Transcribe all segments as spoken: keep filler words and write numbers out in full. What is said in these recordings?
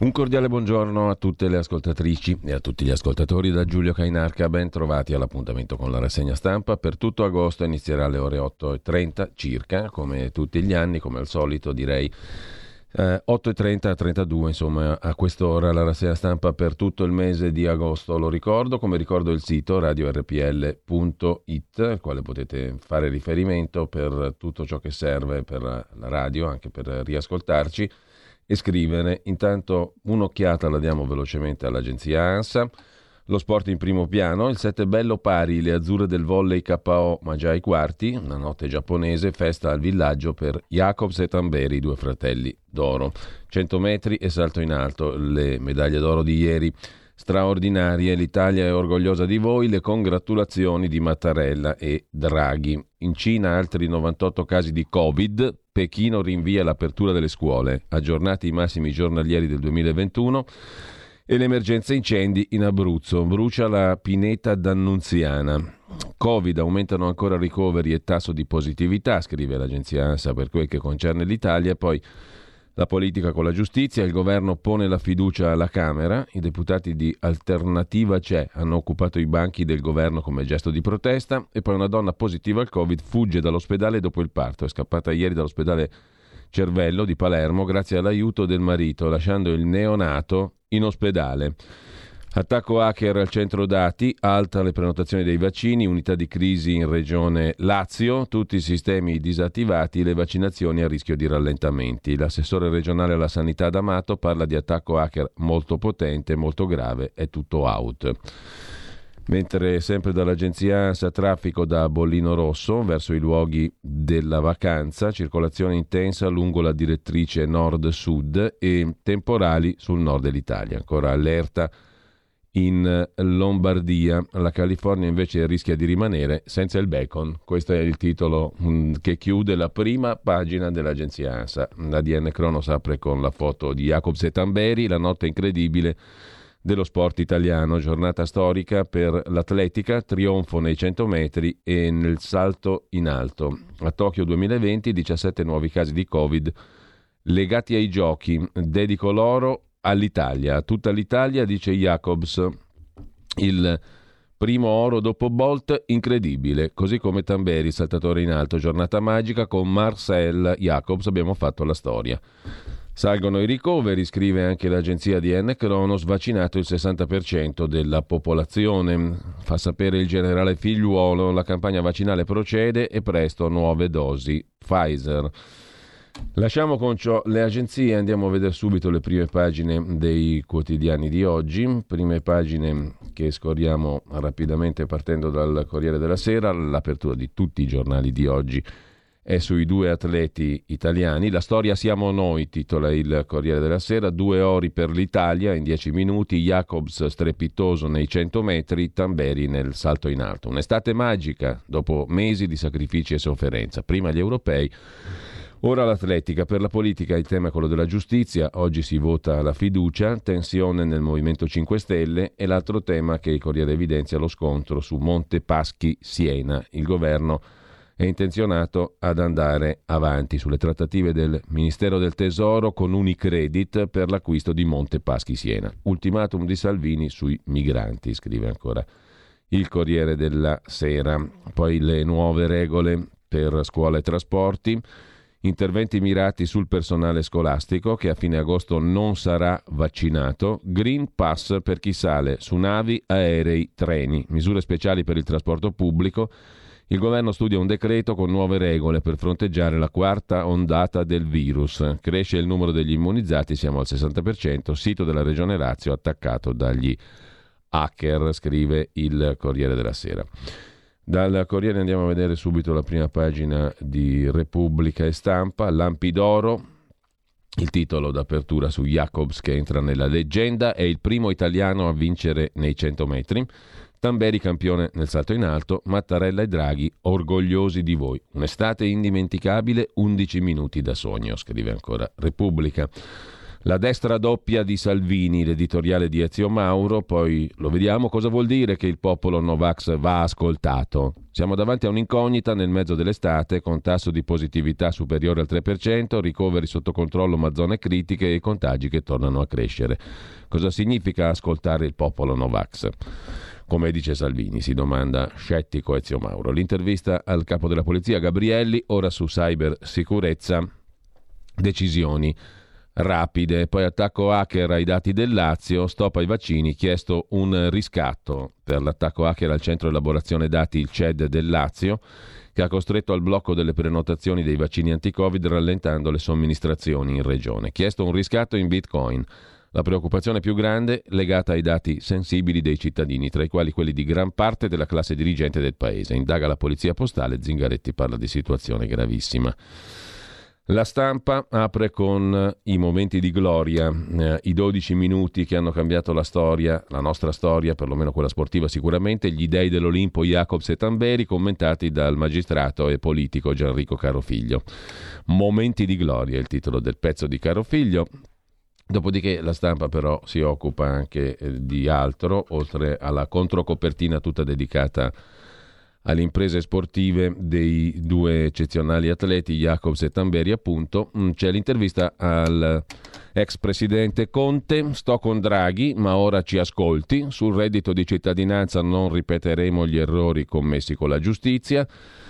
Un cordiale buongiorno a tutte le ascoltatrici e a tutti gli ascoltatori da Giulio Cainarca. Ben trovati all'appuntamento con la rassegna stampa. Per tutto agosto inizierà alle ore otto e trenta circa, come tutti gli anni, come al solito direi. Eh, otto e trenta a trentadue, insomma, a quest'ora la rassegna stampa per tutto il mese di agosto. Lo ricordo, come ricordo il sito radio erre pi elle punto it, al quale potete fare riferimento per tutto ciò che serve per la radio, anche per riascoltarci e scrivere. Intanto un'occhiata la diamo velocemente all'agenzia ANSA. Lo sport in primo piano, il sette bello pari, le azzurre del volley K O ma già ai quarti, una notte giapponese, festa al villaggio per Jacobs e Tamberi, due fratelli d'oro. cento metri e salto in alto, le medaglie d'oro di ieri straordinarie, l'Italia è orgogliosa di voi, le congratulazioni di Mattarella e Draghi. In Cina altri novantotto casi di Covid, Pechino rinvia l'apertura delle scuole, aggiornati i massimi giornalieri del duemilaventuno. E l'emergenza incendi in Abruzzo, brucia la pineta d'Annunziana. Covid, aumentano ancora ricoveri e tasso di positività, scrive l'agenzia ANSA per quel che concerne l'Italia. Poi la politica con la giustizia, il governo pone la fiducia alla Camera, i deputati di Alternativa C'è hanno occupato i banchi del governo come gesto di protesta, e poi una donna positiva al Covid fugge dall'ospedale dopo il parto, è scappata ieri dall'ospedale Cervello di Palermo grazie all'aiuto del marito, lasciando il neonato in ospedale. Attacco hacker al centro dati, alta le prenotazioni dei vaccini, unità di crisi in regione Lazio, tutti i sistemi disattivati, le vaccinazioni a rischio di rallentamenti. L'assessore regionale alla sanità D'Amato parla di attacco hacker molto potente, molto grave, è tutto out. Mentre sempre dall'agenzia ANSA, traffico da Bollino Rosso verso i luoghi della vacanza, circolazione intensa lungo la direttrice nord-sud e temporali sul nord dell'Italia. Ancora allerta in Lombardia, la California invece rischia di rimanere senza il bacon. Questo è il titolo che chiude la prima pagina dell'agenzia ANSA. La D N Cronos apre con la foto di Jacobs e Tamberi, la notte incredibile dello sport italiano, giornata storica per l'atletica, trionfo nei cento metri e nel salto in alto. A Tokyo duemilaventi, diciassette nuovi casi di Covid legati ai giochi, dedico l'oro all'Italia, a tutta l'Italia, dice Jacobs, il primo oro dopo Bolt, incredibile, così come Tamberi, saltatore in alto, giornata magica, con Marcel Jacobs abbiamo fatto la storia. Salgono i ricoveri, scrive anche l'agenzia D N Cronos, vaccinato il sessanta per cento della popolazione. Fa sapere il generale Figliuolo, la campagna vaccinale procede e presto nuove dosi Pfizer. Lasciamo con ciò le agenzie, andiamo a vedere subito le prime pagine dei quotidiani di oggi. Prime pagine che scorriamo rapidamente partendo dal Corriere della Sera, l'apertura di tutti i giornali di oggi è sui due atleti italiani. La storia siamo noi, titola il Corriere della Sera. Due ori per l'Italia in dieci minuti, Jacobs strepitoso nei cento metri, Tamberi nel salto in alto. Un'estate magica dopo mesi di sacrifici e sofferenza. Prima gli europei, ora l'atletica. Per la politica il tema è quello della giustizia. Oggi si vota la fiducia, tensione nel Movimento cinque Stelle, e l'altro tema che il Corriere evidenzia lo scontro su Monte Paschi Siena. Il governo è intenzionato ad andare avanti sulle trattative del Ministero del Tesoro con Unicredit per l'acquisto di Monte Paschi Siena. Ultimatum di Salvini sui migranti, scrive ancora il Corriere della Sera. Poi le nuove regole per scuola e trasporti, interventi mirati sul personale scolastico che a fine agosto non sarà vaccinato, Green Pass per chi sale su navi, aerei, treni, misure speciali per il trasporto pubblico. Il governo studia un decreto con nuove regole per fronteggiare la quarta ondata del virus. Cresce il numero degli immunizzati, siamo al sessanta per cento, sito della Regione Lazio attaccato dagli hacker, scrive il Corriere della Sera. Dal Corriere andiamo a vedere subito la prima pagina di Repubblica e Stampa, Lampi d'oro, il titolo d'apertura su Jacobs che entra nella leggenda, è il primo italiano a vincere nei cento metri. Tamberi campione nel salto in alto, Mattarella e Draghi orgogliosi di voi. Un'estate indimenticabile, undici minuti da sogno, scrive ancora Repubblica. La destra doppia di Salvini, l'editoriale di Ezio Mauro, poi lo vediamo. Cosa vuol dire che il popolo Novax va ascoltato? Siamo davanti a un'incognita nel mezzo dell'estate, con tasso di positività superiore al tre per cento, ricoveri sotto controllo ma zone critiche e i contagi che tornano a crescere. Cosa significa ascoltare il popolo Novax? Come dice Salvini, si domanda scettico Ezio Mauro. L'intervista al capo della polizia Gabrielli, ora su cybersicurezza, decisioni rapide, poi attacco hacker ai dati del Lazio, stop ai vaccini, chiesto un riscatto per l'attacco hacker al centro elaborazione dati, il C E D del Lazio, che ha costretto al blocco delle prenotazioni dei vaccini anti-Covid rallentando le somministrazioni in regione. Chiesto un riscatto in Bitcoin. La preoccupazione più grande legata ai dati sensibili dei cittadini, tra i quali quelli di gran parte della classe dirigente del paese. Indaga la polizia postale, Zingaretti parla di situazione gravissima. La Stampa apre con i momenti di gloria, eh, i dodici minuti che hanno cambiato la storia, la nostra storia, perlomeno quella sportiva sicuramente, gli dei dell'Olimpo Jacobs e Tamberi, commentati dal magistrato e politico Gianrico Carofiglio. Momenti di gloria è il titolo del pezzo di Carofiglio. Dopodiché la Stampa però si occupa anche eh, di altro, oltre alla controcopertina tutta dedicata alle imprese sportive dei due eccezionali atleti, Jacobs e Tamberi appunto. C'è l'intervista al ex presidente Conte, sto con Draghi ma ora ci ascolti, sul reddito di cittadinanza non ripeteremo gli errori commessi con la giustizia.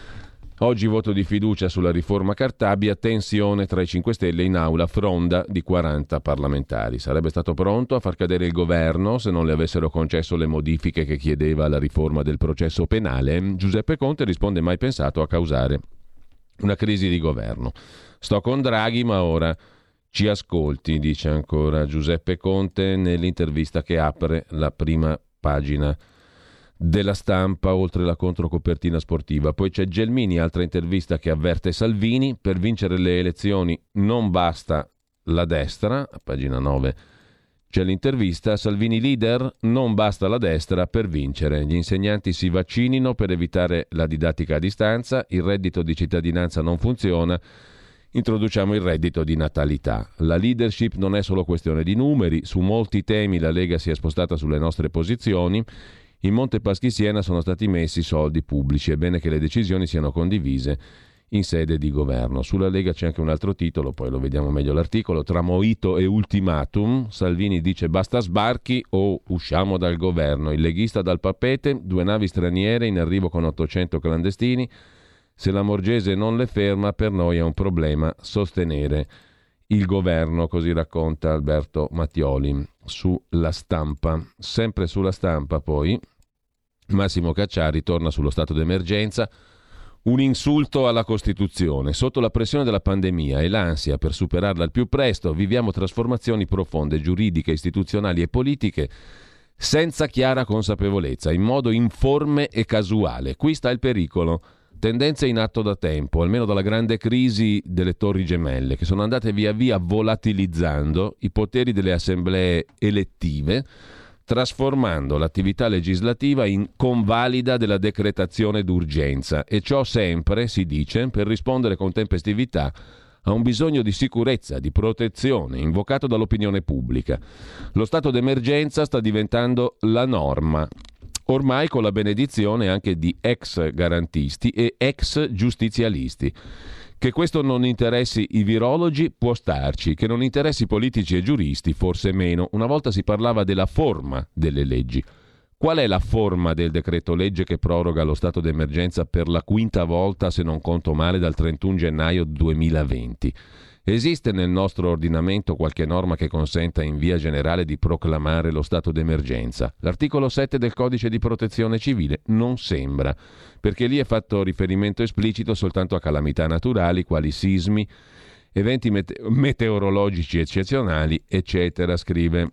Oggi voto di fiducia sulla riforma Cartabia, tensione tra i cinque Stelle in aula, fronda di quaranta parlamentari. Sarebbe stato pronto a far cadere il governo se non le avessero concesso le modifiche che chiedeva la riforma del processo penale. Giuseppe Conte risponde mai pensato a causare una crisi di governo. Sto con Draghi ma ora ci ascolti, dice ancora Giuseppe Conte nell'intervista che apre la prima pagina della Stampa, oltre la controcopertina sportiva. Poi c'è Gelmini, altra intervista che avverte Salvini: per vincere le elezioni non basta la destra. A pagina nove c'è l'intervista: Salvini leader, non basta la destra per vincere, gli insegnanti si vaccinino per evitare la didattica a distanza, il reddito di cittadinanza non funziona, introduciamo il reddito di natalità. La leadership non è solo questione di numeri, su molti temi la Lega si è spostata sulle nostre posizioni. In Monte Paschi Siena sono stati messi soldi pubblici, è bene che le decisioni siano condivise in sede di governo. Sulla Lega c'è anche un altro titolo, poi lo vediamo meglio l'articolo, tra Moito e ultimatum, Salvini dice basta sbarchi o usciamo dal governo, il leghista dal Papeete, due navi straniere in arrivo con ottocento clandestini, se la Morgese non le ferma per noi è un problema sostenere il governo, così racconta Alberto Mattioli sulla Stampa. Sempre sulla Stampa poi Massimo Cacciari torna sullo stato d'emergenza, un insulto alla Costituzione. Sotto la pressione della pandemia e l'ansia per superarla al più presto, viviamo trasformazioni profonde, giuridiche, istituzionali e politiche, senza chiara consapevolezza, in modo informe e casuale. Qui sta il pericolo. Tendenze in atto da tempo, almeno dalla grande crisi delle Torri Gemelle, che sono andate via via volatilizzando i poteri delle assemblee elettive, trasformando l'attività legislativa in convalida della decretazione d'urgenza, e ciò sempre, si dice, per rispondere con tempestività a un bisogno di sicurezza, di protezione invocato dall'opinione pubblica. Lo stato d'emergenza sta diventando la norma, ormai con la benedizione anche di ex garantisti e ex giustizialisti. Che questo non interessi i virologi può starci, che non interessi politici e giuristi forse meno. Una volta si parlava della forma delle leggi. Qual è la forma del decreto legge che proroga lo stato d'emergenza per la quinta volta, se non conto male, dal trentuno gennaio duemilaventi? Esiste nel nostro ordinamento qualche norma che consenta in via generale di proclamare lo stato d'emergenza? L'articolo sette del Codice di Protezione Civile non sembra, perché lì è fatto riferimento esplicito soltanto a calamità naturali, quali sismi, eventi mete- meteorologici eccezionali, eccetera, scrive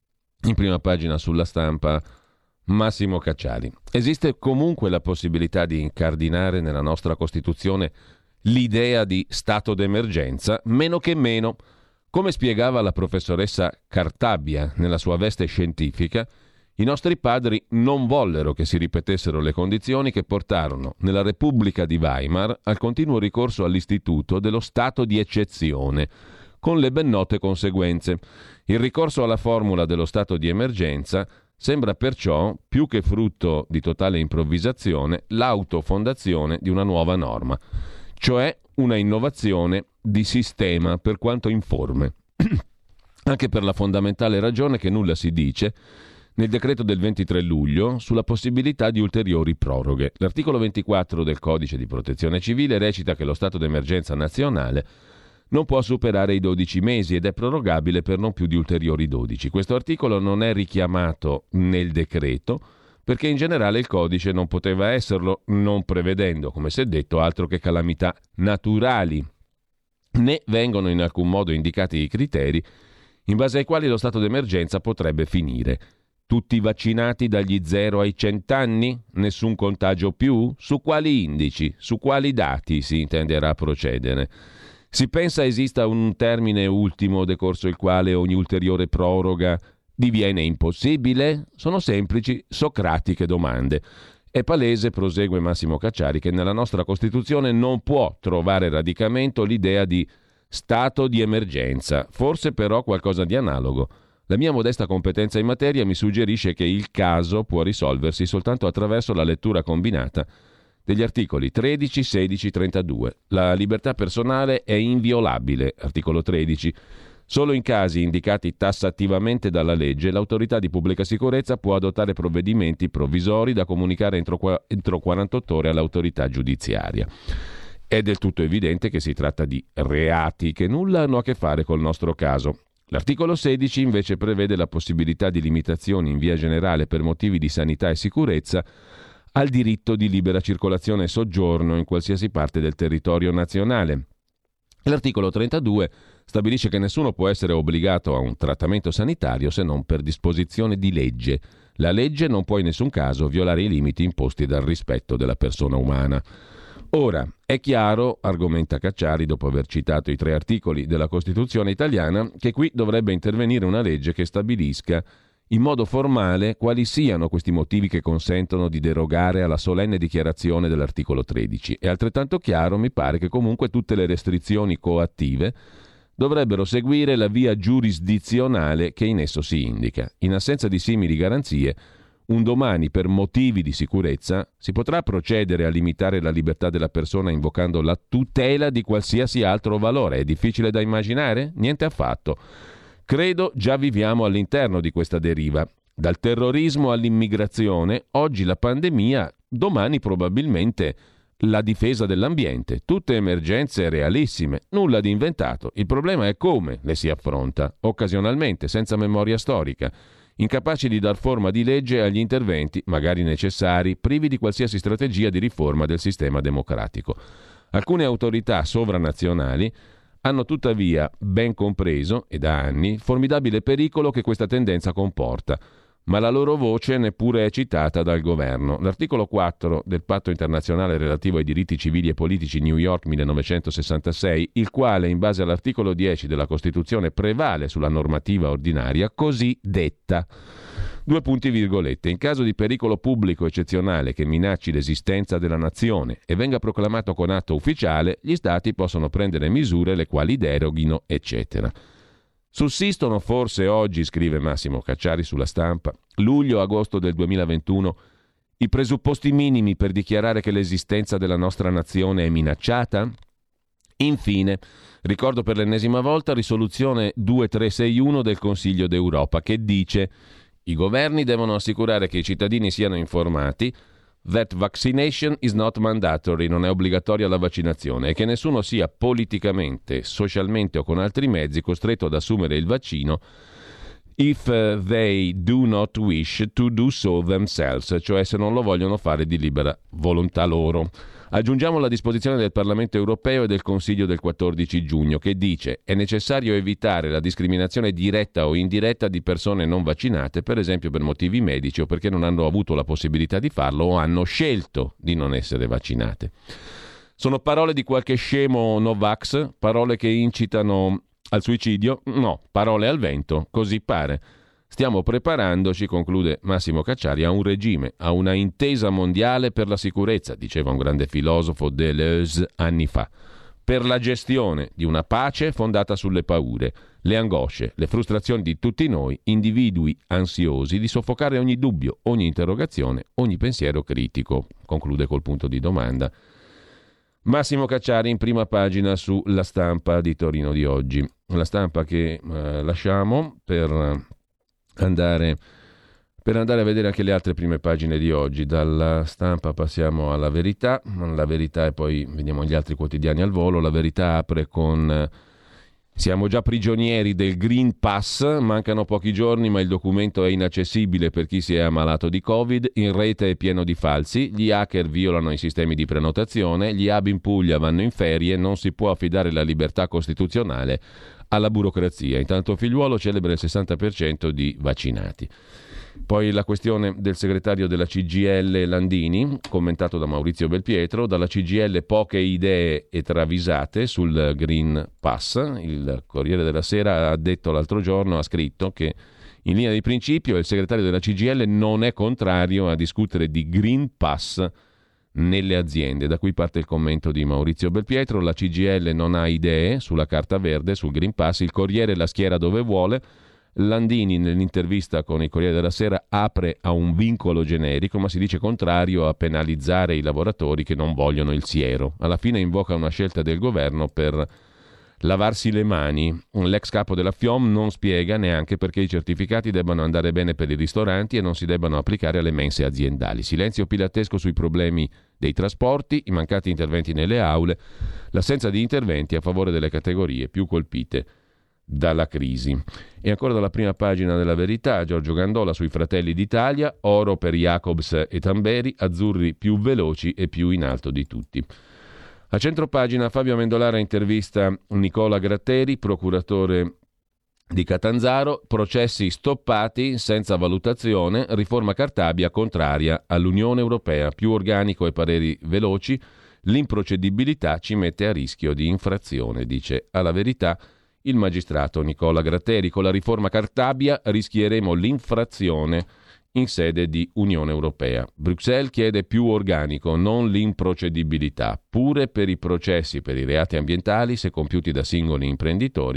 in prima pagina sulla Stampa Massimo Cacciari. Esiste comunque la possibilità di incardinare nella nostra Costituzione l'idea di stato d'emergenza, meno che meno. Come spiegava la professoressa Cartabia nella sua veste scientifica, i nostri padri non vollero che si ripetessero le condizioni che portarono nella Repubblica di Weimar al continuo ricorso all'istituto dello stato di eccezione, con le ben note conseguenze. Il ricorso alla formula dello stato di emergenza sembra perciò, più che frutto di totale improvvisazione, l'autofondazione di una nuova norma, cioè una innovazione di sistema per quanto informe, anche per la fondamentale ragione che nulla si dice nel decreto del ventitré luglio sulla possibilità di ulteriori proroghe. L'articolo ventiquattro del Codice di Protezione Civile recita che lo stato d'emergenza nazionale non può superare i dodici mesi ed è prorogabile per non più di ulteriori dodici. Questo articolo non è richiamato nel decreto perché in generale il codice non poteva esserlo, non prevedendo, come si è detto, altro che calamità naturali, né vengono in alcun modo indicati i criteri in base ai quali lo stato d'emergenza potrebbe finire. Tutti vaccinati dagli zero ai cento anni? Nessun contagio più? Su quali indici? Su quali dati si intenderà procedere? Si pensa esista un termine ultimo decorso il quale ogni ulteriore proroga diviene impossibile? Sono semplici, socratiche domande. È palese, prosegue Massimo Cacciari, che nella nostra Costituzione non può trovare radicamento l'idea di stato di emergenza, forse però qualcosa di analogo. La mia modesta competenza in materia mi suggerisce che il caso può risolversi soltanto attraverso la lettura combinata degli articoli tredici, sedici, trentadue. La libertà personale è inviolabile, articolo tredici. Solo in casi indicati tassativamente dalla legge, l'autorità di pubblica sicurezza può adottare provvedimenti provvisori da comunicare entro, entro quarantotto ore all'autorità giudiziaria. È del tutto evidente che si tratta di reati che nulla hanno a che fare col nostro caso. L'articolo sedici invece prevede la possibilità di limitazioni in via generale per motivi di sanità e sicurezza al diritto di libera circolazione e soggiorno in qualsiasi parte del territorio nazionale. L'articolo trentadue stabilisce che nessuno può essere obbligato a un trattamento sanitario se non per disposizione di legge. La legge non può in nessun caso violare i limiti imposti dal rispetto della persona umana. Ora, è chiaro, argomenta Cacciari dopo aver citato i tre articoli della Costituzione italiana, che qui dovrebbe intervenire una legge che stabilisca in modo formale quali siano questi motivi che consentono di derogare alla solenne dichiarazione dell'articolo tredici. È altrettanto chiaro, mi pare, che comunque tutte le restrizioni coattive dovrebbero seguire la via giurisdizionale che in esso si indica. In assenza di simili garanzie, un domani, per motivi di sicurezza, si potrà procedere a limitare la libertà della persona invocando la tutela di qualsiasi altro valore. È difficile da immaginare? Niente affatto. Credo già viviamo all'interno di questa deriva. Dal terrorismo all'immigrazione, oggi la pandemia, domani probabilmente la difesa dell'ambiente. Tutte emergenze realissime, nulla di inventato. Il problema è come le si affronta, occasionalmente, senza memoria storica, incapaci di dar forma di legge agli interventi, magari necessari, privi di qualsiasi strategia di riforma del sistema democratico. Alcune autorità sovranazionali hanno tuttavia ben compreso, e da anni, il formidabile pericolo che questa tendenza comporta, ma la loro voce neppure è citata dal governo. L'articolo quattro del Patto internazionale relativo ai diritti civili e politici New York millenovecentosessantasei, il quale in base all'articolo dieci della Costituzione prevale sulla normativa ordinaria, così detta. Due punti virgolette. In caso di pericolo pubblico eccezionale che minacci l'esistenza della nazione e venga proclamato con atto ufficiale, gli Stati possono prendere misure le quali deroghino, eccetera. Sussistono forse oggi, scrive Massimo Cacciari sulla Stampa, luglio-agosto del duemilaventuno, i presupposti minimi per dichiarare che l'esistenza della nostra nazione è minacciata? Infine, ricordo per l'ennesima volta risoluzione duemilatrentesessantuno del Consiglio d'Europa che dice: i governi devono assicurare che i cittadini siano informati that vaccination is not mandatory, non è obbligatoria la vaccinazione, e che nessuno sia politicamente, socialmente o con altri mezzi costretto ad assumere il vaccino if they do not wish to do so themselves, cioè se non lo vogliono fare di libera volontà loro. Aggiungiamo la disposizione del Parlamento europeo e del Consiglio del quattordici giugno che dice: è necessario evitare la discriminazione diretta o indiretta di persone non vaccinate, per esempio per motivi medici o perché non hanno avuto la possibilità di farlo o hanno scelto di non essere vaccinate. Sono parole di qualche scemo Novax, parole che incitano al suicidio? No, parole al vento, così pare. Stiamo preparandoci, conclude Massimo Cacciari, a un regime, a una intesa mondiale per la sicurezza, diceva un grande filosofo Deleuze anni fa. per la gestione di una pace fondata sulle paure, le angosce, le frustrazioni di tutti noi, individui ansiosi di soffocare ogni dubbio, ogni interrogazione, ogni pensiero critico. Conclude col punto di domanda Massimo Cacciari in prima pagina su La Stampa di Torino di oggi. La Stampa che eh, lasciamo per andare, per andare a vedere anche le altre prime pagine di oggi. Dalla Stampa passiamo alla Verità, La Verità e poi vediamo gli altri quotidiani al volo. La Verità apre con siamo già prigionieri del Green Pass, mancano pochi giorni ma il documento è inaccessibile per chi si è ammalato di Covid, in rete è pieno di falsi, gli hacker violano i sistemi di prenotazione, gli hub in Puglia vanno in ferie, non si può affidare la libertà costituzionale alla burocrazia. Intanto Figliuolo celebra il sessanta per cento di vaccinati. Poi la questione del segretario della C G I L Landini, commentato da Maurizio Belpietro, dalla C G I L poche idee e travisate sul Green Pass. Il Corriere della Sera ha detto l'altro giorno, ha scritto che in linea di principio il segretario della C G I L non è contrario a discutere di Green Pass nelle aziende. Da qui parte il commento di Maurizio Belpietro, la C G I L non ha idee sulla carta verde, sul Green Pass, il Corriere la schiera dove vuole. Landini nell'intervista con il Corriere della Sera apre a un vincolo generico, ma si dice contrario a penalizzare i lavoratori che non vogliono il siero. Alla fine invoca una scelta del governo per lavarsi le mani. L'ex capo della F I O M non spiega neanche perché i certificati debbano andare bene per i ristoranti e non si debbano applicare alle mense aziendali. Silenzio pilatesco sui problemi dei trasporti, i mancati interventi nelle aule, l'assenza di interventi a favore delle categorie più colpite dalla crisi. E ancora dalla prima pagina della Verità, Giorgio Gandola sui Fratelli d'Italia, oro per Jacobs e Tamberi, azzurri più veloci e più in alto di tutti. A centropagina Fabio Amendolara intervista Nicola Gratteri, procuratore di Catanzaro, processi stoppati senza valutazione, riforma Cartabia contraria all'Unione Europea, più organico e pareri veloci, l'improcedibilità ci mette a rischio di infrazione, dice alla Verità il magistrato Nicola Gratteri. Con la riforma Cartabia rischieremo l'infrazione in sede di Unione Europea. Bruxelles chiede più organico, non l'improcedibilità. Pure per i processi per i reati ambientali, se compiuti da singoli imprenditori,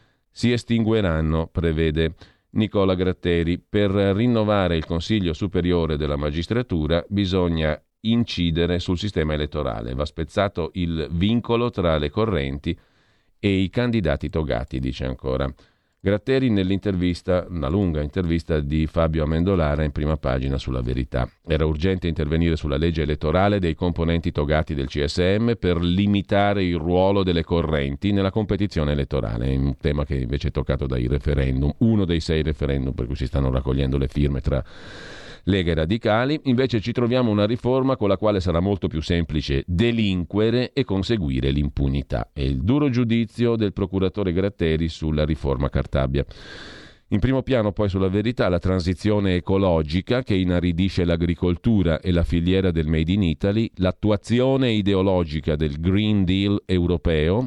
si estingueranno, prevede Nicola Gratteri. Per rinnovare il Consiglio Superiore della Magistratura bisogna incidere sul sistema elettorale. Va spezzato il vincolo tra le correnti e i candidati togati, dice ancora Gratteri nell'intervista, una lunga intervista di Fabio Amendolara in prima pagina sulla Verità. Era urgente intervenire sulla legge elettorale dei componenti togati del C S M per limitare il ruolo delle correnti nella competizione elettorale, è un tema che invece è toccato dai referendum, uno dei sei referendum per cui si stanno raccogliendo le firme tra Lega e Radicali. Invece ci troviamo una riforma con la quale sarà molto più semplice delinquere e conseguire l'impunità. È il duro giudizio del procuratore Gratteri sulla riforma Cartabia. In primo piano poi sulla Verità la transizione ecologica che inaridisce l'agricoltura e la filiera del Made in Italy, l'attuazione ideologica del Green Deal europeo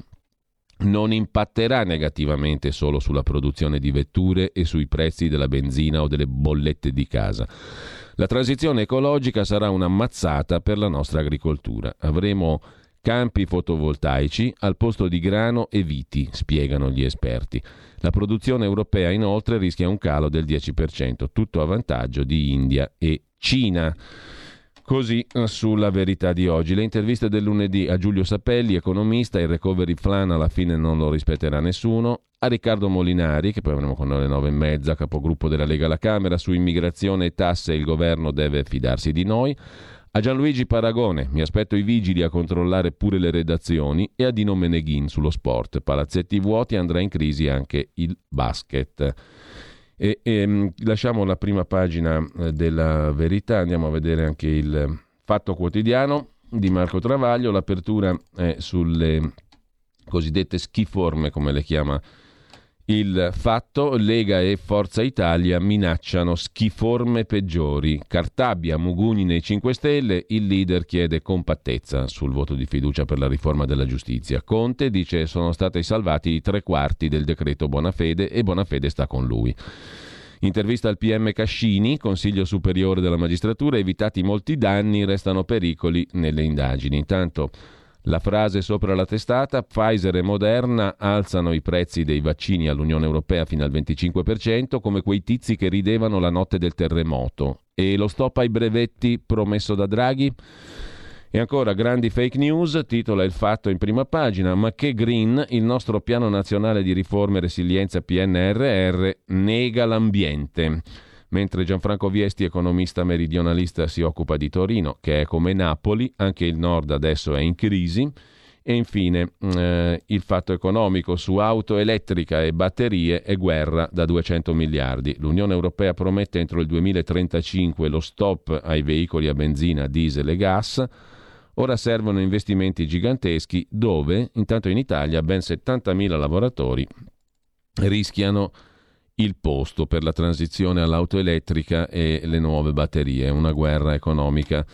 non impatterà negativamente solo sulla produzione di vetture e sui prezzi della benzina o delle bollette di casa. La transizione ecologica sarà una mazzata per la nostra agricoltura. Avremo campi fotovoltaici al posto di grano e viti, spiegano gli esperti. La produzione europea inoltre rischia un calo del dieci per cento, tutto a vantaggio di India e Cina. Così sulla Verità di oggi. Le interviste del lunedì a Giulio Sapelli, economista, il recovery plan alla fine non lo rispetterà nessuno, a Riccardo Molinari, che poi avremo con noi alle nove e mezza, capogruppo della Lega alla Camera, su immigrazione e tasse il governo deve fidarsi di noi, a Gianluigi Paragone, mi aspetto i vigili a controllare pure le redazioni, e a Dino Meneghin sullo sport, palazzetti vuoti, andrà in crisi anche il basket. E, e lasciamo la prima pagina della Verità, andiamo a vedere anche il Fatto Quotidiano di Marco Travaglio. L'apertura è sulle cosiddette schiforme, come le chiama il Fatto. Lega e Forza Italia minacciano schiforme peggiori. Cartabia, Mugugni nei cinque Stelle, il leader chiede compattezza sul voto di fiducia per la riforma della giustizia. Conte dice sono stati salvati i tre quarti del decreto Bonafede e Bonafede sta con lui. Intervista al P M Cascini, Consiglio Superiore della Magistratura, evitati molti danni, restano pericoli nelle indagini. Intanto La frase sopra la testata: Pfizer e Moderna alzano i prezzi dei vaccini all'Unione Europea fino al venticinque per cento, come quei tizi che ridevano la notte del terremoto. E lo stop ai brevetti promesso da Draghi? E ancora grandi fake news, titola Il Fatto in prima pagina: ma che green, il nostro piano nazionale di riforme e resilienza P N R R nega l'ambiente. Mentre Gianfranco Viesti, economista meridionalista, si occupa di Torino, che è come Napoli, anche il nord adesso è in crisi. E infine eh, il Fatto economico su auto elettrica e batterie e guerra da duecento miliardi. L'Unione Europea promette entro il duemilatrentacinque lo stop ai veicoli a benzina, diesel e gas. Ora servono investimenti giganteschi dove, intanto in Italia, ben settantamila lavoratori rischiano il posto per la transizione all'auto elettrica e le nuove batterie. Una guerra economica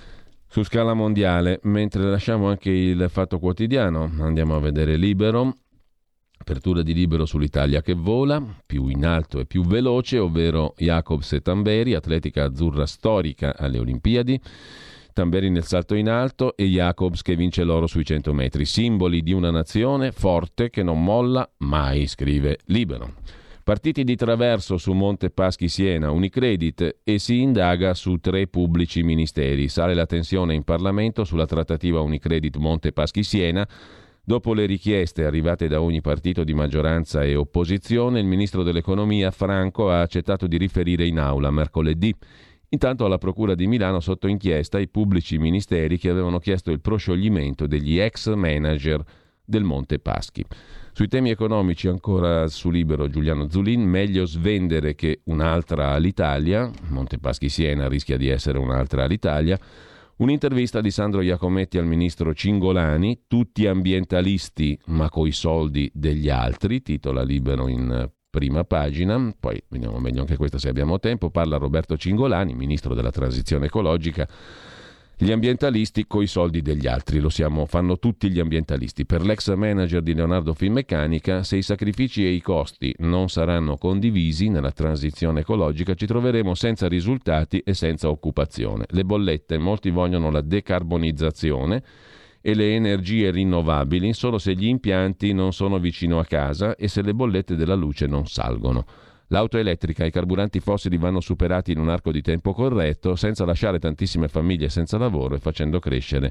su scala mondiale. Mentre lasciamo anche il Fatto Quotidiano, andiamo a vedere Libero. Apertura di Libero sull'Italia che vola, più in alto e più veloce, ovvero Jacobs e Tamberi, atletica azzurra storica alle Olimpiadi. Tamberi nel salto in alto e Jacobs che vince l'oro sui cento metri. Simboli di una nazione forte che non molla mai, scrive Libero. Partiti di traverso su Monte Paschi Siena, Unicredit, e si indaga su tre pubblici ministeri. Sale la tensione in Parlamento sulla trattativa Unicredit Monte Paschi Siena. Dopo le richieste arrivate da ogni partito di maggioranza e opposizione, il ministro dell'economia Franco ha accettato di riferire in aula mercoledì. Intanto alla Procura di Milano sotto inchiesta i pubblici ministeri che avevano chiesto il proscioglimento degli ex manager del Monte Paschi. Sui temi economici ancora su Libero Giuliano Zulin: meglio svendere che un'altra Alitalia. Monte Paschi Siena rischia di essere un'altra Alitalia. Un'intervista di Sandro Iacometti al ministro Cingolani: tutti ambientalisti ma coi soldi degli altri, titola Libero in prima pagina. Poi vediamo meglio anche questa se abbiamo tempo. Parla Roberto Cingolani, ministro della transizione ecologica. Gli ambientalisti coi soldi degli altri, lo siamo, fanno tutti gli ambientalisti. Per l'ex manager di Leonardo Finmeccanica, se i sacrifici e i costi non saranno condivisi nella transizione ecologica, ci troveremo senza risultati e senza occupazione. Le bollette, molti vogliono la decarbonizzazione e le energie rinnovabili solo se gli impianti non sono vicino a casa e se le bollette della luce non salgono. L'auto elettrica e i carburanti fossili vanno superati in un arco di tempo corretto, senza lasciare tantissime famiglie senza lavoro e facendo crescere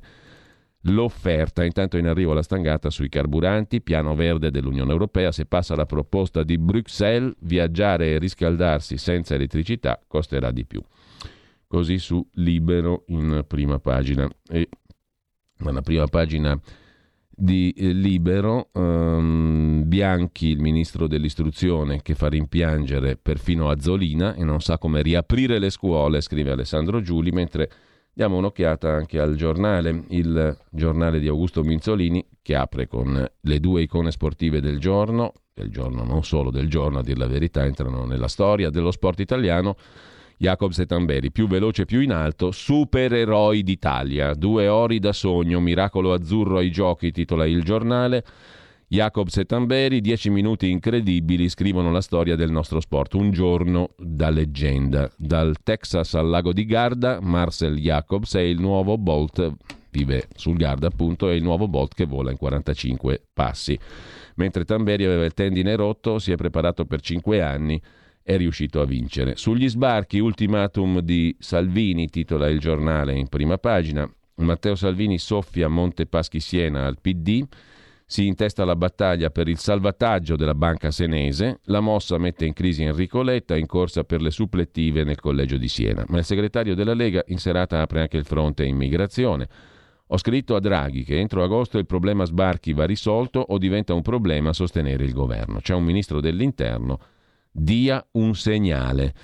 l'offerta. Intanto in arrivo la stangata sui carburanti, piano verde dell'Unione Europea. Se passa la proposta di Bruxelles, viaggiare e riscaldarsi senza elettricità costerà di più. Così su Libero in prima pagina. E nella prima pagina di Libero, um, Bianchi, il ministro dell'istruzione, che fa rimpiangere perfino Azzolina e non sa come riaprire le scuole, scrive Alessandro Giuli. Mentre diamo un'occhiata anche al Giornale, il giornale di Augusto Minzolini, che apre con le due icone sportive del giorno, del giorno non solo del giorno, a dir la verità, entrano nella storia dello sport italiano. Jacobs e Tamberi, più veloce più in alto, supereroi d'Italia, due ori da sogno, miracolo azzurro ai giochi, titola il Giornale. Jacobs e Tamberi, dieci minuti incredibili, scrivono la storia del nostro sport, un giorno da leggenda. Dal Texas al lago di Garda, Marcel Jacobs è il nuovo Bolt, vive sul Garda appunto, è il nuovo Bolt che vola in quarantacinque passi. Mentre Tamberi aveva il tendine rotto, si è preparato per cinque anni, è riuscito a vincere. Sugli sbarchi, ultimatum di Salvini, titola il Giornale in prima pagina. Matteo Salvini soffia Monte Paschi Siena al P D, si intesta la battaglia per il salvataggio della banca senese, la mossa mette in crisi Enrico Letta, in corsa per le supplettive nel collegio di Siena. Ma il segretario della Lega in serata apre anche il fronte immigrazione. Ho scritto a Draghi che entro agosto il problema sbarchi va risolto o diventa un problema sostenere il governo. C'è un ministro dell'interno, dia un segnale.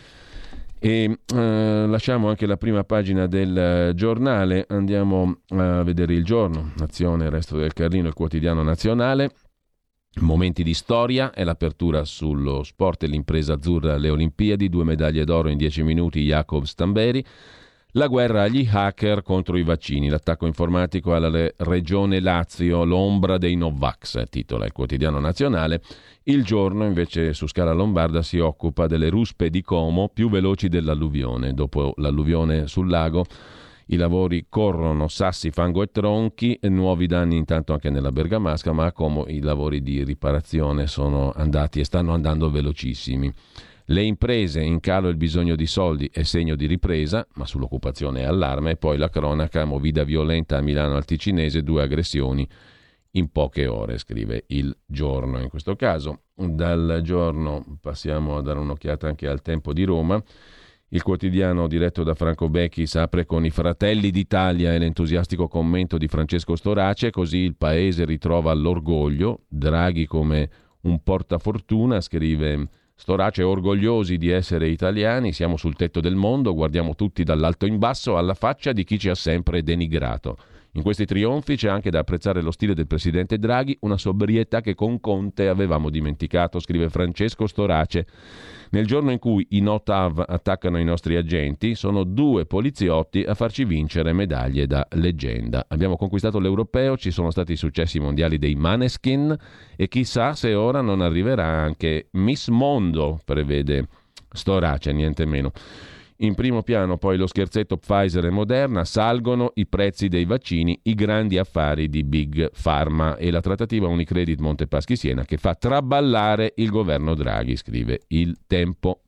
E eh, lasciamo anche la prima pagina del Giornale, andiamo a vedere Il Giorno, Nazione, il Resto del Carlino, il quotidiano nazionale. Momenti di storia, è l'apertura sullo sport e l'impresa azzurra alle Olimpiadi, due medaglie d'oro in dieci minuti Jacobs Tamberi. La guerra agli hacker contro i vaccini, l'attacco informatico alla regione Lazio, l'ombra dei Novax, titola il quotidiano nazionale. Il Giorno invece su scala lombarda si occupa delle ruspe di Como più veloci dell'alluvione. Dopo l'alluvione sul lago, I lavori corrono, sassi, fango e tronchi, e nuovi danni intanto anche nella Bergamasca, ma come i lavori di riparazione sono andati e stanno andando velocissimi. Le imprese in calo, il bisogno di soldi è segno di ripresa, ma sull'occupazione è allarme. E poi la cronaca, movida violenta a Milano al Ticinese, due aggressioni in poche ore, scrive Il Giorno. In questo caso, dal Giorno passiamo a dare un'occhiata anche al Tempo di Roma. Il quotidiano diretto da Franco Becchis apre con i Fratelli d'Italia e l'entusiastico commento di Francesco Storace, così il paese ritrova l'orgoglio, Draghi come un portafortuna, scrive Storace, orgogliosi di essere italiani, siamo sul tetto del mondo, guardiamo tutti dall'alto in basso alla faccia di chi ci ha sempre denigrato. In questi trionfi c'è anche da apprezzare lo stile del presidente Draghi, una sobrietà che con Conte avevamo dimenticato, scrive Francesco Storace. Nel giorno in cui i Notav attaccano i nostri agenti, sono due poliziotti a farci vincere medaglie da leggenda. Abbiamo conquistato l'europeo, ci sono stati i successi mondiali dei Maneskin e chissà se ora non arriverà anche Miss Mondo, prevede Storace, niente meno. In primo piano poi lo scherzetto Pfizer e Moderna, salgono i prezzi dei vaccini, i grandi affari di Big Pharma e la trattativa Unicredit Montepaschi Siena che fa traballare il governo Draghi, scrive Il Tempo.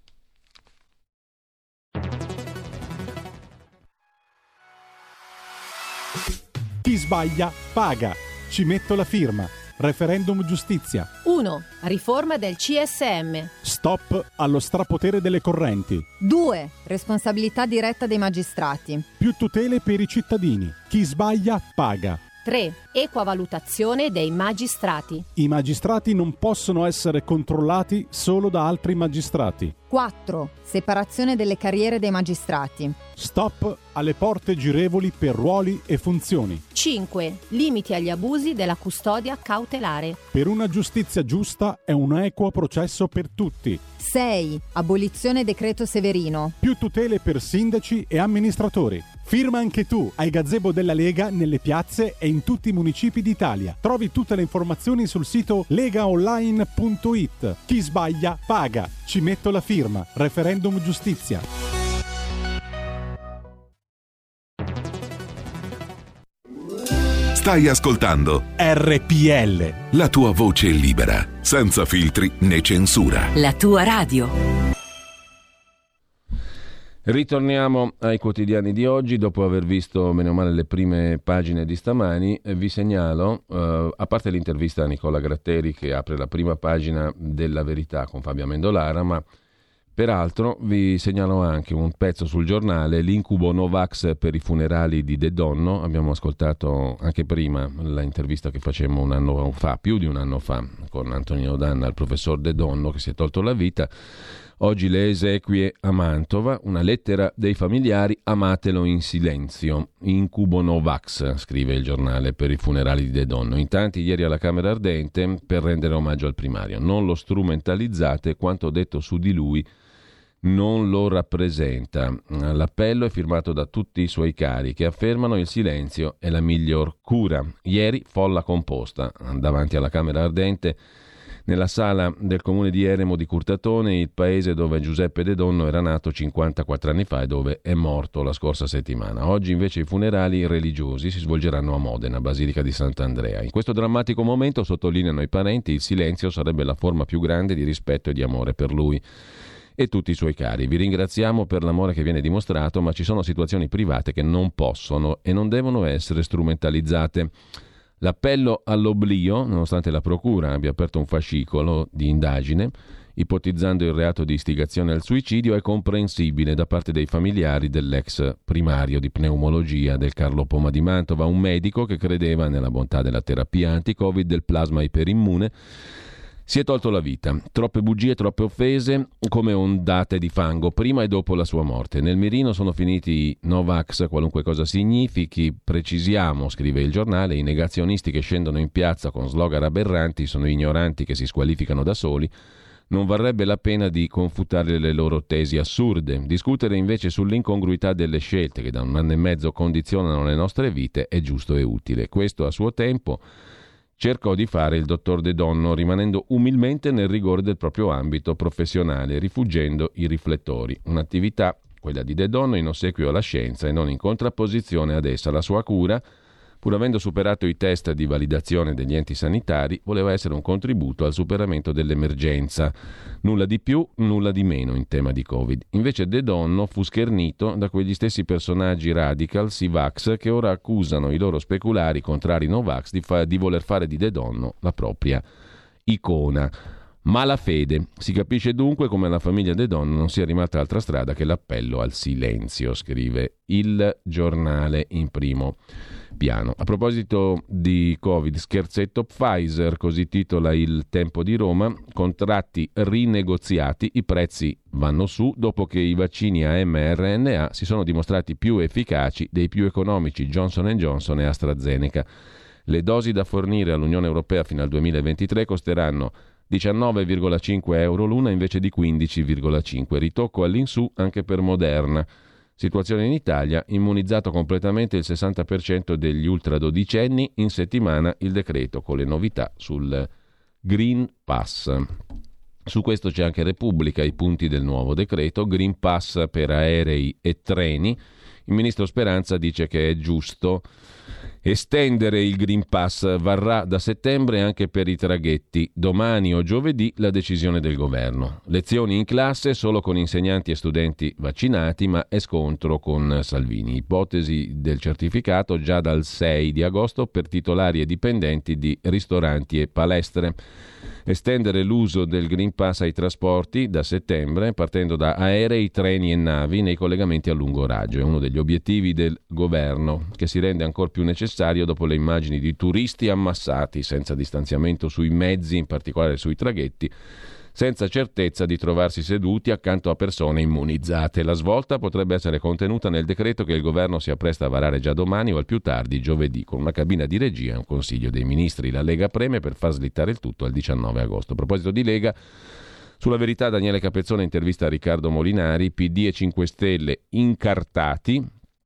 Chi sbaglia paga. Ci metto la firma. Referendum giustizia. uno. Riforma del C S M. Stop allo strapotere delle correnti. due. Responsabilità diretta dei magistrati. Più tutele per i cittadini. Chi sbaglia paga. tre. Equa valutazione dei magistrati. I magistrati non possono essere controllati solo da altri magistrati. quattro. Separazione delle carriere dei magistrati. Stop alle porte girevoli per ruoli e funzioni. cinque. Limiti agli abusi della custodia cautelare. Per una giustizia giusta è un equo processo per tutti. sei. Abolizione decreto Severino. Più tutele per sindaci e amministratori. Firma anche tu ai gazebo della Lega nelle piazze e in tutti i municipi d'Italia. Trovi tutte le informazioni sul sito legaonline punto it. Chi sbaglia paga. Ci metto la firma. Referendum giustizia. Stai ascoltando R P L. La tua voce libera, senza filtri né censura. La tua radio. Ritorniamo ai quotidiani di oggi. Dopo aver visto meno male le prime pagine di stamani, eh, vi segnalo, eh, a parte l'intervista a Nicola Gratteri che apre la prima pagina della Verità con Fabio Amendolara, ma peraltro vi segnalo anche un pezzo sul Giornale, l'incubo Novax per i funerali di De Donno. Abbiamo ascoltato anche prima l'intervista che facemmo un anno fa, più di un anno fa, con Antonino Danna al professor De Donno che si è tolto la vita. Oggi le esequie a Mantova, una lettera dei familiari, amatelo in silenzio. Incubo Novax, scrive il Giornale, per i funerali di De Donno. In tanti ieri alla Camera Ardente per rendere omaggio al primario. Non lo strumentalizzate, quanto detto su di lui non lo rappresenta. L'appello è firmato da tutti i suoi cari che affermano il silenzio è la miglior cura. Ieri folla composta davanti alla Camera Ardente nella sala del comune di Eremo di Curtatone, il paese dove Giuseppe De Donno era nato cinquantaquattro anni fa e dove è morto la scorsa settimana. Oggi invece i funerali religiosi si svolgeranno a Modena, Basilica di Sant'Andrea. In questo drammatico momento, sottolineano i parenti, il silenzio sarebbe la forma più grande di rispetto e di amore per lui e tutti i suoi cari. Vi ringraziamo per l'amore che viene dimostrato, ma ci sono situazioni private che non possono e non devono essere strumentalizzate. L'appello all'oblio, nonostante la procura abbia aperto un fascicolo di indagine ipotizzando il reato di istigazione al suicidio, è comprensibile da parte dei familiari dell'ex primario di pneumologia del Carlo Poma di Mantova, un medico che credeva nella bontà della terapia anti-Covid del plasma iperimmune. Si è tolto la vita. Troppe bugie, troppe offese, come ondate di fango, prima e dopo la sua morte. Nel mirino sono finiti i Novax, qualunque cosa significhi. Precisiamo, scrive il Giornale, i negazionisti che scendono in piazza con slogan aberranti sono ignoranti che si squalificano da soli. Non varrebbe la pena di confutare le loro tesi assurde. Discutere invece sull'incongruità delle scelte che da un anno e mezzo condizionano le nostre vite è giusto e utile. Questo a suo tempo cercò di fare il dottor De Donno, rimanendo umilmente nel rigore del proprio ambito professionale, rifuggendo i riflettori. Un'attività quella di De Donno in ossequio alla scienza e non in contrapposizione ad essa. La sua cura, pur avendo superato i test di validazione degli enti sanitari, voleva essere un contributo al superamento dell'emergenza. Nulla di più, nulla di meno in tema di Covid. Invece De Donno fu schernito da quegli stessi personaggi radical, Sivax, che ora accusano i loro speculari contrari Novax di, fa- di voler fare di De Donno la propria icona. Malafede. Si capisce dunque come la famiglia De Donno non sia rimasta altra strada che l'appello al silenzio, scrive il Giornale in primo piano. A proposito di Covid, scherzetto Pfizer, così titola il Tempo di Roma, contratti rinegoziati, i prezzi vanno su dopo che i vaccini a mRNA si sono dimostrati più efficaci dei più economici Johnson and Johnson e AstraZeneca. Le dosi da fornire all'Unione Europea fino al duemilaventitré costeranno diciannove virgola cinque euro l'una invece di quindici virgola cinque. Ritocco all'insù anche per Moderna. Situazione in Italia: immunizzato completamente il sessanta per cento degli ultradodicenni, in settimana il decreto con le novità sul Green Pass. Su questo c'è anche Repubblica, i punti del nuovo decreto. Green Pass per aerei e treni. Il ministro Speranza dice che è giusto estendere il Green Pass, varrà da settembre anche per i traghetti. Domani o giovedì la decisione del governo. Lezioni in classe solo con insegnanti e studenti vaccinati, ma è scontro con Salvini. Ipotesi del certificato già dal sei di agosto per titolari e dipendenti di ristoranti e palestre. Estendere l'uso del Green Pass ai trasporti da settembre, partendo da aerei, treni e navi nei collegamenti a lungo raggio. È uno degli obiettivi del governo, che si rende ancora più necessario dopo le immagini di turisti ammassati senza distanziamento sui mezzi, in particolare sui traghetti, senza certezza di trovarsi seduti accanto a persone immunizzate. La svolta potrebbe essere contenuta nel decreto che il governo si appresta a varare già domani o al più tardi giovedì, con una cabina di regia e un consiglio dei ministri. La Lega preme per far slittare il tutto al diciannove agosto. A proposito di Lega, sulla Verità Daniele Capezzone intervista a Riccardo Molinari. P D e cinque Stelle incartati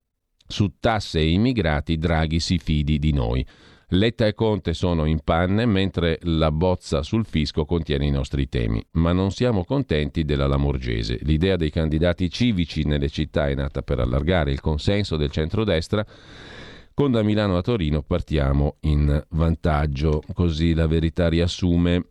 su tasse e immigrati, Draghi si fidi di noi. Letta e Conte sono in panne, mentre la bozza sul fisco contiene i nostri temi. Ma non siamo contenti della Lamorgese. L'idea dei candidati civici nelle città è nata per allargare il consenso del centrodestra. Con da Milano a Torino partiamo in vantaggio. Così La Verità riassume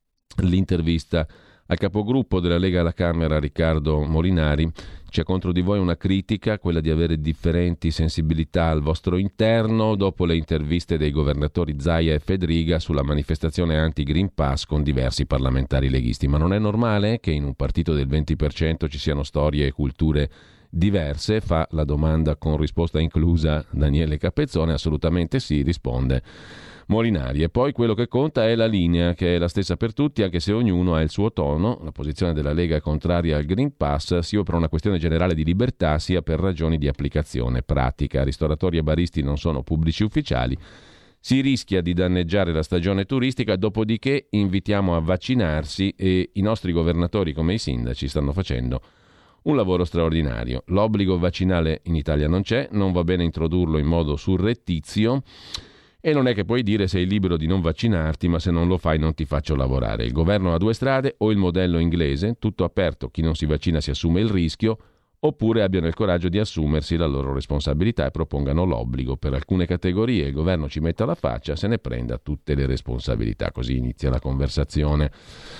l'intervista al capogruppo della Lega alla Camera, Riccardo Molinari. C'è contro di voi una critica, quella di avere differenti sensibilità al vostro interno, dopo le interviste dei governatori Zaia e Fedriga sulla manifestazione anti-Green Pass con diversi parlamentari leghisti. Ma non è normale che in un partito del venti per cento ci siano storie e culture diverse? Fa la domanda con risposta inclusa Daniele Capezzone. Assolutamente sì, risponde Molinari. E poi quello che conta è la linea, che è la stessa per tutti, anche se ognuno ha il suo tono. La posizione della Lega è contraria al Green Pass, sia per una questione generale di libertà, sia per ragioni di applicazione pratica. Ristoratori e baristi non sono pubblici ufficiali. Si rischia di danneggiare la stagione turistica, dopodiché invitiamo a vaccinarsi e i nostri governatori, come i sindaci, stanno facendo un lavoro straordinario. L'obbligo vaccinale in Italia non c'è, non va bene introdurlo in modo surrettizio. E non è che puoi dire sei libero di non vaccinarti, ma se non lo fai non ti faccio lavorare. Il governo ha due strade: o il modello inglese, tutto aperto, chi non si vaccina si assume il rischio, oppure abbiano il coraggio di assumersi la loro responsabilità e propongano l'obbligo per alcune categorie. Il governo ci metta la faccia, se ne prenda tutte le responsabilità. Così inizia la conversazione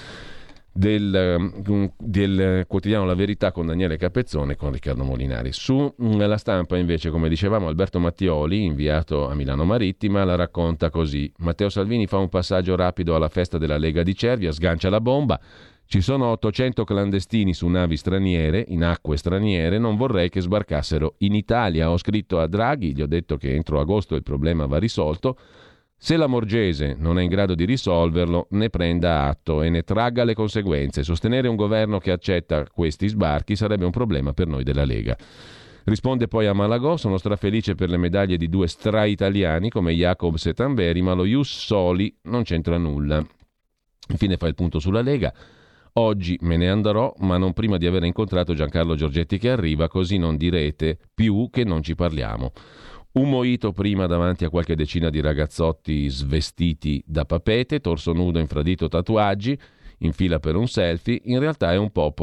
Del, del quotidiano La Verità con Daniele Capezzone e con Riccardo Molinari. Su La Stampa invece, come dicevamo, Alberto Mattioli, inviato a Milano Marittima, la racconta così: Matteo Salvini fa un passaggio rapido alla festa della Lega di Cervia, sgancia la bomba. Ci sono ottocento clandestini su navi straniere, in acque straniere, non vorrei che sbarcassero in Italia. Ho scritto a Draghi, gli ho detto che entro agosto il problema va risolto. Se la Morgese non è in grado di risolverlo, ne prenda atto e ne tragga le conseguenze. Sostenere un governo che accetta questi sbarchi sarebbe un problema per noi della Lega. Risponde poi a Malagò: sono strafelice per le medaglie di due stra-italiani come Jacobs e Tamberi, ma lo Ius Soli non c'entra nulla. Infine fa il punto sulla Lega. Oggi me ne andrò, ma non prima di aver incontrato Giancarlo Giorgetti che arriva, così non direte più che non ci parliamo. Un mojito prima davanti a qualche decina di ragazzotti svestiti da papete, torso nudo, infradito, tatuaggi, in fila per un selfie. In realtà è un popolo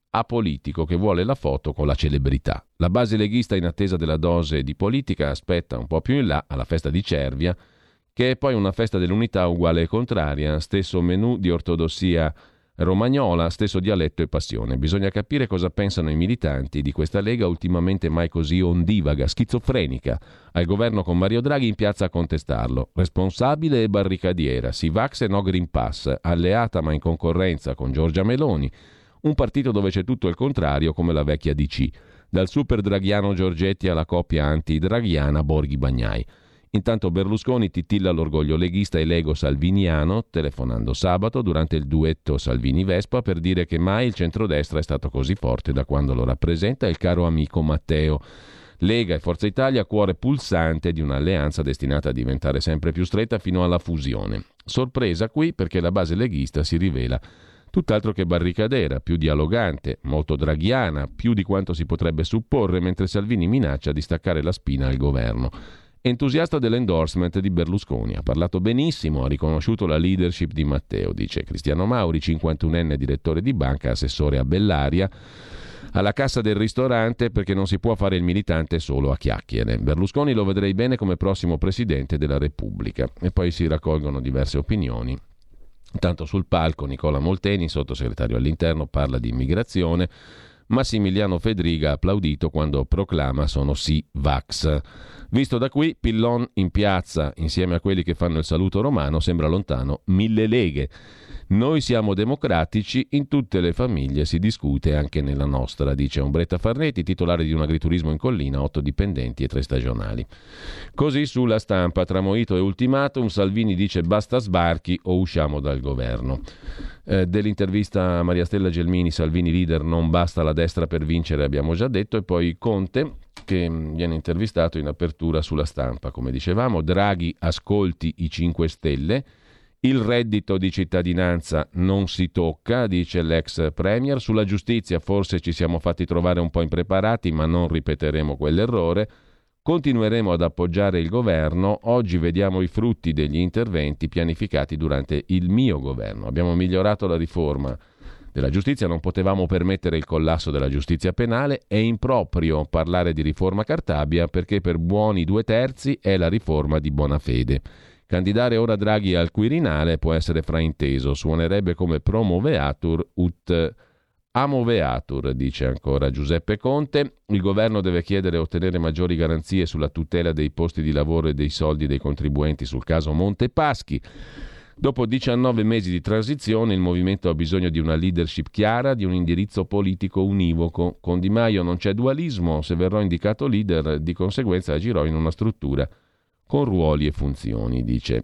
apolitico che vuole la foto con la celebrità. La base leghista, in attesa della dose di politica, aspetta un po' più in là, alla festa di Cervia, che è poi una festa dell'unità uguale e contraria, stesso menù di ortodossia romagnola, stesso dialetto e passione. Bisogna capire cosa pensano i militanti di questa Lega ultimamente mai così ondivaga, schizofrenica, al governo con Mario Draghi in piazza a contestarlo. Responsabile e barricadiera, si vax e no Green Pass, alleata ma in concorrenza con Giorgia Meloni, un partito dove c'è tutto il contrario come la vecchia D C, dal super draghiano Giorgetti alla coppia anti-draghiana Borghi Bagnai. Intanto Berlusconi titilla l'orgoglio leghista e l'ego salviniano, telefonando sabato durante il duetto Salvini-Vespa per dire che mai il centrodestra è stato così forte da quando lo rappresenta il caro amico Matteo. Lega e Forza Italia, cuore pulsante di un'alleanza destinata a diventare sempre più stretta fino alla fusione. Sorpresa qui perché la base leghista si rivela tutt'altro che barricadera, più dialogante, molto draghiana, più di quanto si potrebbe supporre, mentre Salvini minaccia di staccare la spina al governo. Entusiasta dell'endorsement di Berlusconi, ha parlato benissimo, ha riconosciuto la leadership di Matteo, dice Cristiano Mauri, cinquantunenne direttore di banca, assessore a Bellaria, alla cassa del ristorante, perché non si può fare il militante solo a chiacchiere. Berlusconi lo vedrei bene come prossimo presidente della Repubblica. E poi si raccolgono diverse opinioni. Intanto sul palco Nicola Molteni, sottosegretario all'interno, parla di immigrazione. Massimiliano Fedriga ha applaudito quando proclama sono sì Vax. Visto da qui, Pillon in piazza insieme a quelli che fanno il saluto romano sembra lontano mille leghe. Noi siamo democratici, in tutte le famiglie si discute, anche nella nostra, dice Ombretta Farneti, titolare di un agriturismo in collina, otto dipendenti e tre stagionali. Così sulla Stampa, tra Moito e ultimatum, Salvini dice basta sbarchi o usciamo dal governo. Eh, dell'intervista a Maria Stella Gelmini, Salvini leader, non basta la destra per vincere, abbiamo già detto, e poi Conte, che viene intervistato in apertura sulla Stampa, come dicevamo, Draghi ascolti i cinque Stelle, il reddito di cittadinanza non si tocca, dice l'ex premier, sulla giustizia forse ci siamo fatti trovare un po' impreparati, ma non ripeteremo quell'errore, continueremo ad appoggiare il governo, oggi vediamo i frutti degli interventi pianificati durante il mio governo, abbiamo migliorato la riforma della giustizia, non potevamo permettere il collasso della giustizia penale, è improprio parlare di riforma Cartabia perché per buoni due terzi è la riforma di Bonafede. Candidare ora Draghi al Quirinale può essere frainteso, suonerebbe come promoveatur ut amoveatur, dice ancora Giuseppe Conte. Il governo deve chiedere e ottenere maggiori garanzie sulla tutela dei posti di lavoro e dei soldi dei contribuenti sul caso Monte Paschi. Dopo diciannove mesi di transizione, il movimento ha bisogno di una leadership chiara, di un indirizzo politico univoco. Con Di Maio non c'è dualismo, se verrò indicato leader, di conseguenza agirò in una struttura con ruoli e funzioni, dice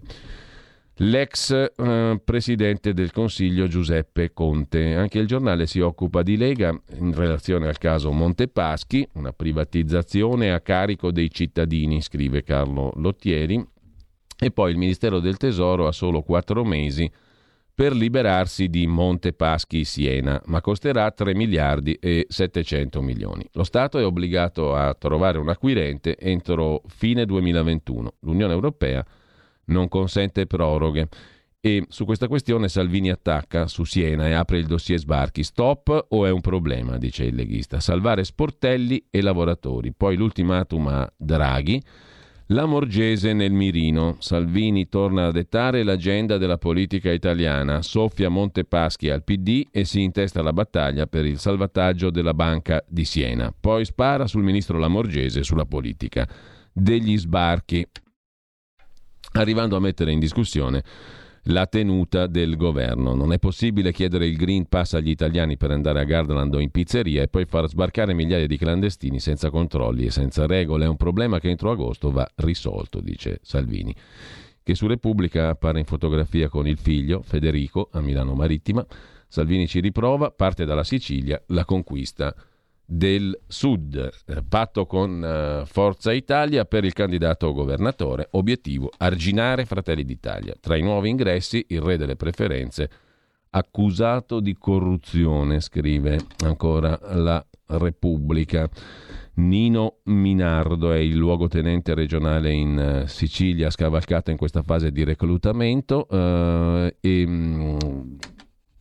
l'ex eh, presidente del Consiglio Giuseppe Conte. Anche il giornale si occupa di Lega in relazione al caso Montepaschi, una privatizzazione a carico dei cittadini, scrive Carlo Lottieri, e poi il Ministero del Tesoro ha solo quattro mesi per liberarsi di Montepaschi Siena, ma costerà tre miliardi e settecento milioni. Lo Stato è obbligato a trovare un acquirente entro fine duemilaventuno. L'Unione Europea non consente proroghe. E su questa questione Salvini attacca su Siena e apre il dossier sbarchi. Stop o è un problema, dice il leghista. Salvare sportelli e lavoratori. Poi l'ultimatum a Draghi. La Morgese nel mirino. Salvini torna a dettare l'agenda della politica italiana, soffia Montepaschi al P D e si intesta la battaglia per il salvataggio della Banca di Siena. Poi spara sul ministro Lamorgese sulla politica degli sbarchi, arrivando a mettere in discussione la tenuta del governo. Non è possibile chiedere il Green Pass agli italiani per andare a Gardaland o in pizzeria e poi far sbarcare migliaia di clandestini senza controlli e senza regole. È un problema che entro agosto va risolto, dice Salvini, che su Repubblica appare in fotografia con il figlio Federico a Milano Marittima. Salvini ci riprova, parte dalla Sicilia, la conquista del Sud, eh, patto con eh, Forza Italia per il candidato governatore, obiettivo arginare Fratelli d'Italia. Tra i nuovi ingressi il re delle preferenze accusato di corruzione, scrive ancora la Repubblica. Nino Minardo è il luogotenente regionale in eh, Sicilia, scavalcato in questa fase di reclutamento eh, e mh,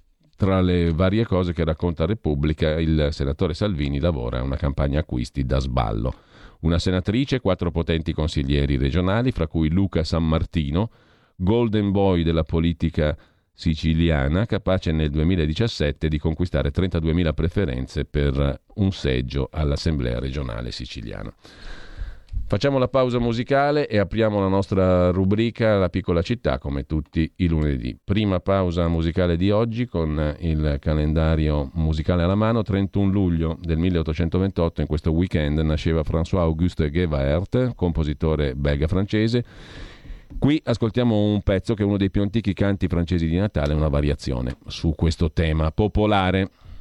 tra le varie cose che racconta Repubblica, il senatore Salvini lavora a una campagna acquisti da sballo. Una senatrice, quattro potenti consiglieri regionali, fra cui Luca Sammartino, golden boy della politica siciliana, capace nel duemiladiciassette di conquistare trentaduemila preferenze per un seggio all'Assemblea regionale siciliana. Facciamo la pausa musicale e apriamo la nostra rubrica La piccola città, come tutti i lunedì. Prima pausa musicale di oggi con il calendario musicale alla mano. trentuno luglio del milleottocentoventotto, in questo weekend, nasceva François-Auguste Ghevaert, compositore belga francese. Qui ascoltiamo un pezzo che è uno dei più antichi canti francesi di Natale, una variazione su questo tema popolare.